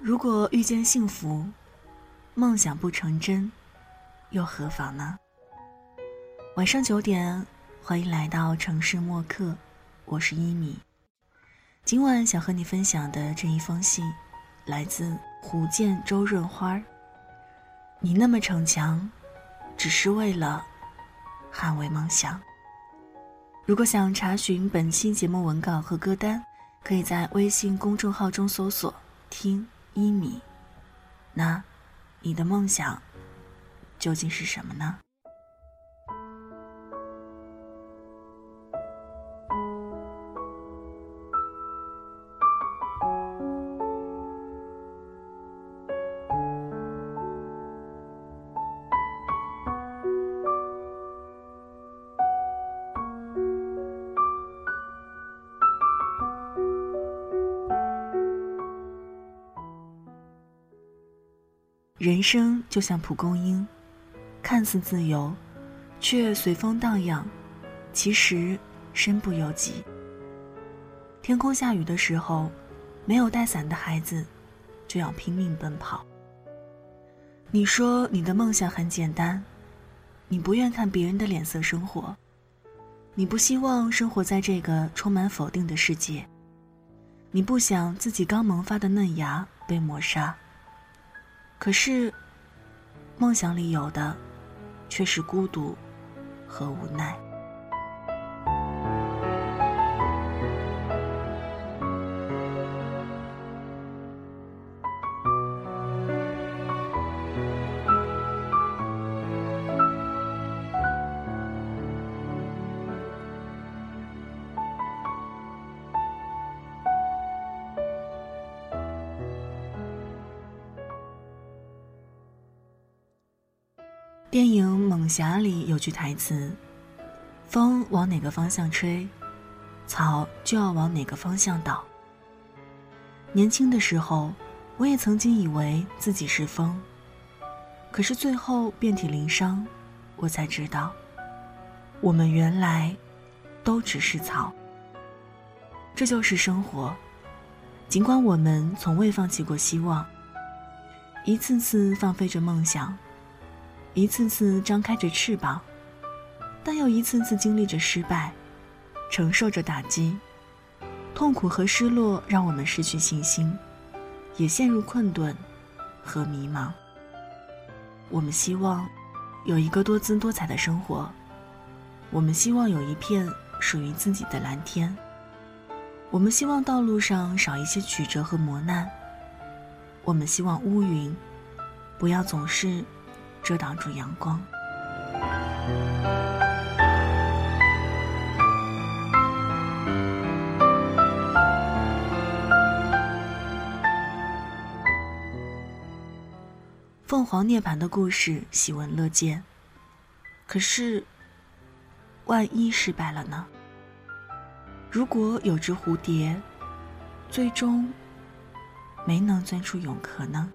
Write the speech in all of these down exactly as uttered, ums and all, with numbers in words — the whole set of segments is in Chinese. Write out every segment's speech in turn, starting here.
如果遇见幸福，梦想不成真，又何妨呢？晚上九点，欢迎来到城市默客，我是一米。今晚想和你分享的这一封信，来自福建周润花。你那么逞强，只是为了捍卫梦想。如果想查询本期节目文稿和歌单，可以在微信公众号中搜索听一米。那你的梦想究竟是什么呢？人生就像蒲公英，看似自由，却随风荡漾，其实身不由己。天空下雨的时候，没有带伞的孩子就要拼命奔跑。你说你的梦想很简单，你不愿看别人的脸色生活，你不希望生活在这个充满否定的世界，你不想自己刚萌发的嫩芽被抹杀。可是梦想里有的却是孤独和无奈。电影《猛侠》里有句台词，风往哪个方向吹，草就要往哪个方向倒。年轻的时候，我也曾经以为自己是风，可是最后遍体鳞伤，我才知道，我们原来都只是草。这就是生活，尽管我们从未放弃过希望，一次次放飞着梦想，一次次张开着翅膀，但又一次次经历着失败，承受着打击，痛苦和失落让我们失去信心，也陷入困顿和迷茫。我们希望有一个多姿多彩的生活，我们希望有一片属于自己的蓝天，我们希望道路上少一些曲折和磨难，我们希望乌云不要总是遮挡住阳光。凤凰涅槃的故事喜闻乐见，可是万一失败了呢？如果有只蝴蝶最终没能钻出蛹壳呢？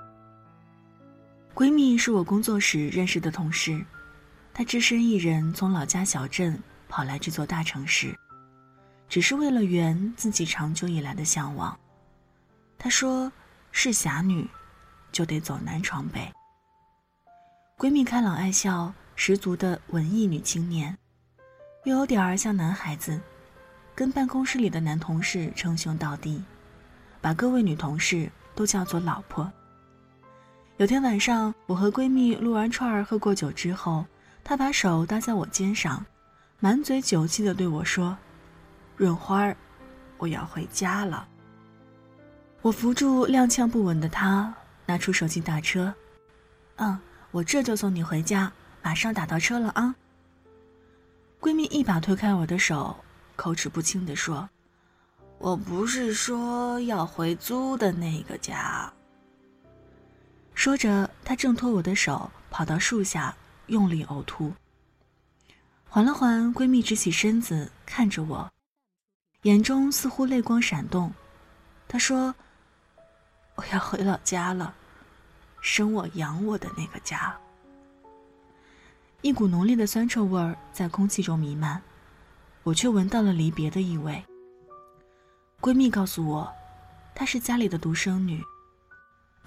闺蜜是我工作时认识的同事，她只身一人从老家小镇跑来这座大城市，只是为了圆自己长久以来的向往。她说，是侠女就得走南闯北。闺蜜开朗爱笑，十足的文艺女青年，又有点儿像男孩子，跟办公室里的男同事称兄道弟，把各位女同事都叫做老婆。有天晚上，我和闺蜜撸完串儿喝过酒之后，她把手搭在我肩上，满嘴酒气地对我说，润花儿，我要回家了。我扶住踉跄不稳的她，拿出手机打车。嗯，我这就送你回家，马上打到车了啊。闺蜜一把推开我的手，口齿不清地说，我不是说要回租的那个家。说着，她挣脱我的手，跑到树下，用力呕吐。缓了缓，闺蜜直起身子看着我，眼中似乎泪光闪动。她说，我要回老家了，生我养我的那个家。一股浓烈的酸臭味儿在空气中弥漫，我却闻到了离别的意味。闺蜜告诉我，她是家里的独生女，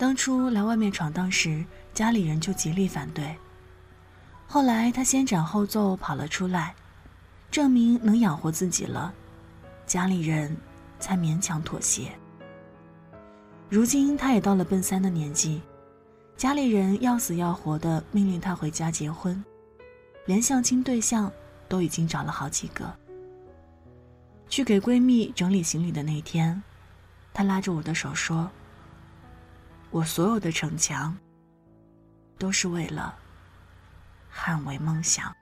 当初来外面闯荡时，家里人就极力反对。后来他先斩后奏跑了出来，证明能养活自己了，家里人才勉强妥协。如今他也到了奔三的年纪，家里人要死要活地命令他回家结婚，连相亲对象都已经找了好几个。去给闺蜜整理行李的那天，她拉着我的手说，我所有的逞强都是为了捍卫梦想。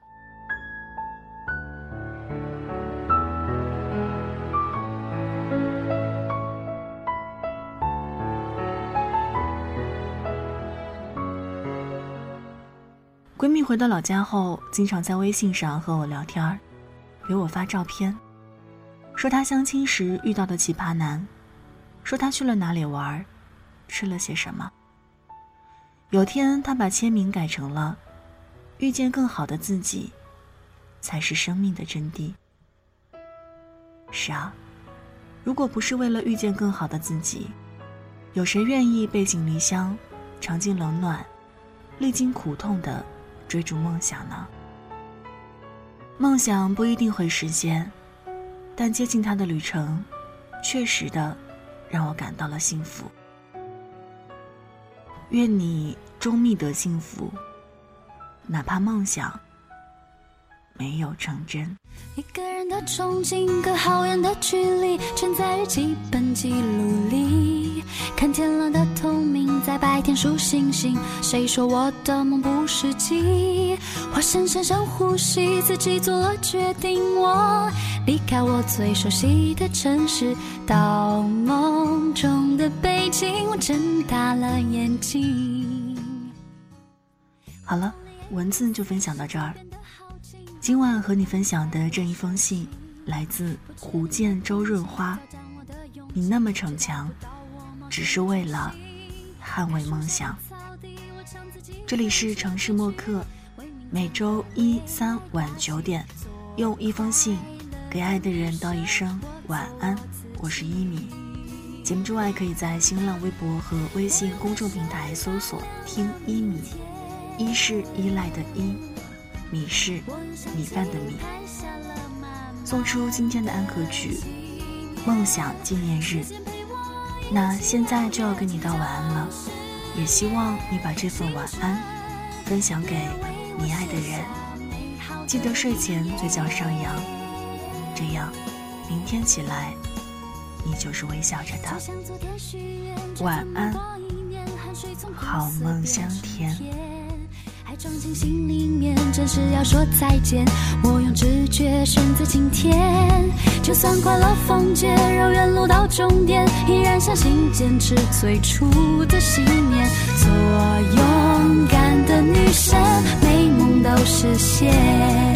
闺蜜回到老家后，经常在微信上和我聊天，给我发照片，说她相亲时遇到的奇葩男，说她去了哪里玩，吃了些什么。有天她把签名改成了遇见更好的自己才是生命的真谛。是啊，如果不是为了遇见更好的自己，有谁愿意背井离乡，尝尽冷暖，历经苦痛的追逐梦想呢？梦想不一定会实现，但接近它的旅程确实的让我感到了幸福。愿你终觅得幸福，哪怕梦想没有成真。 一个人的憧憬，隔好远的距离，全在日记本记录里。看天蓝的透明，在白天数星星。谁说我的梦不实际？我深深深呼吸，自己做了决定。我离开我最熟悉的城市，到梦中的北京。我睁大了眼睛。 好了，文字就分享到这儿。今晚和你分享的这一封信来自胡建周润花。你那么逞强，只是为了捍卫梦想。这里是城市默客，每周一三晚九点，用一封信给爱的人道一声晚安。我是一米。节目之外，可以在新浪微博和微信公众平台搜索听一米。一是依赖的依，米是米饭的米。送出今天的安可曲梦想纪念日。那现在就要跟你道晚安了，也希望你把这份晚安分享给你爱的人。记得睡前嘴角上扬，这样明天起来你就是微笑着的。晚安，好梦香甜。 还装进心里面，正是要说再见。我用直觉选择今天，就算快乐封街，绕远路到终点，依然相信坚持最初的信念。做勇敢的女生，美梦都实现。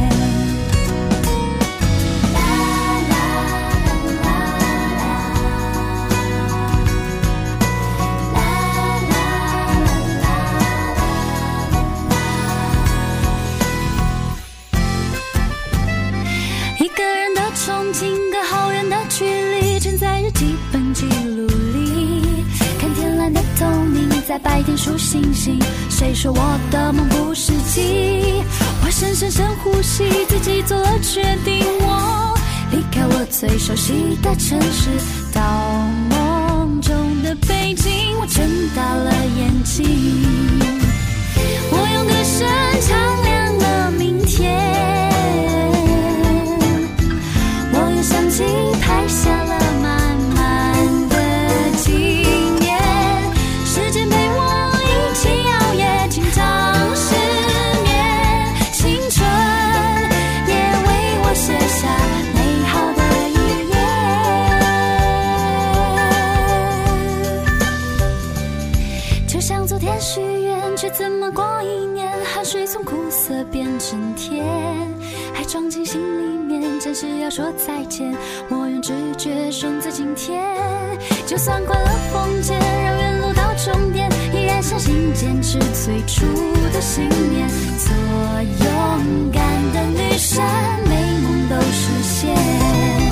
隔好远的距离，正在日记本记录里。看天蓝的透明，在白天数星星。谁说我的梦不实际？我深深深呼吸，自己做了决定。我离开我最熟悉的城市，到梦中的北京。我睁大了眼睛，我用歌声唱亮了明天。相机拍下了满满的纪念，时间陪我一起摇曳，经常失眠。青春也为我写下美好的一页。就像昨天许愿，却怎么过一年，汗水从苦涩变成甜，还装进心里面，正是要说再见。我用直觉选择今天，就算快乐封街，绕远路到终点，依然相信坚持最初的信念。做勇敢的女生，美梦都实现。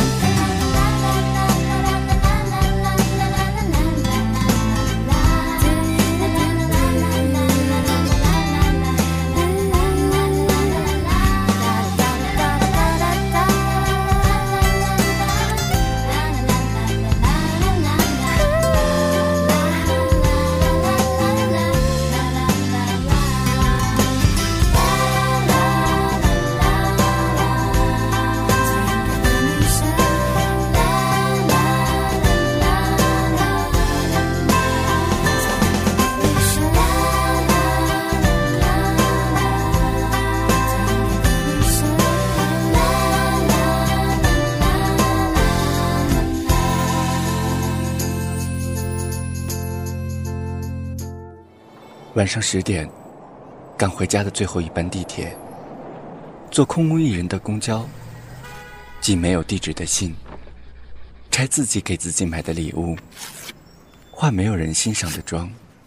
晚上十点，赶回家的最后一班地铁，坐空无一人的公交，寄没有地址的信，拆自己给自己买的礼物，化没有人欣赏的妆。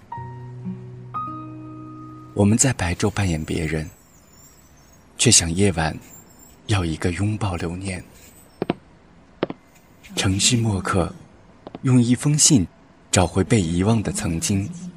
我们在白昼扮演别人，却想夜晚要一个拥抱留念。城市墨客用一封信找回被遗忘的曾经，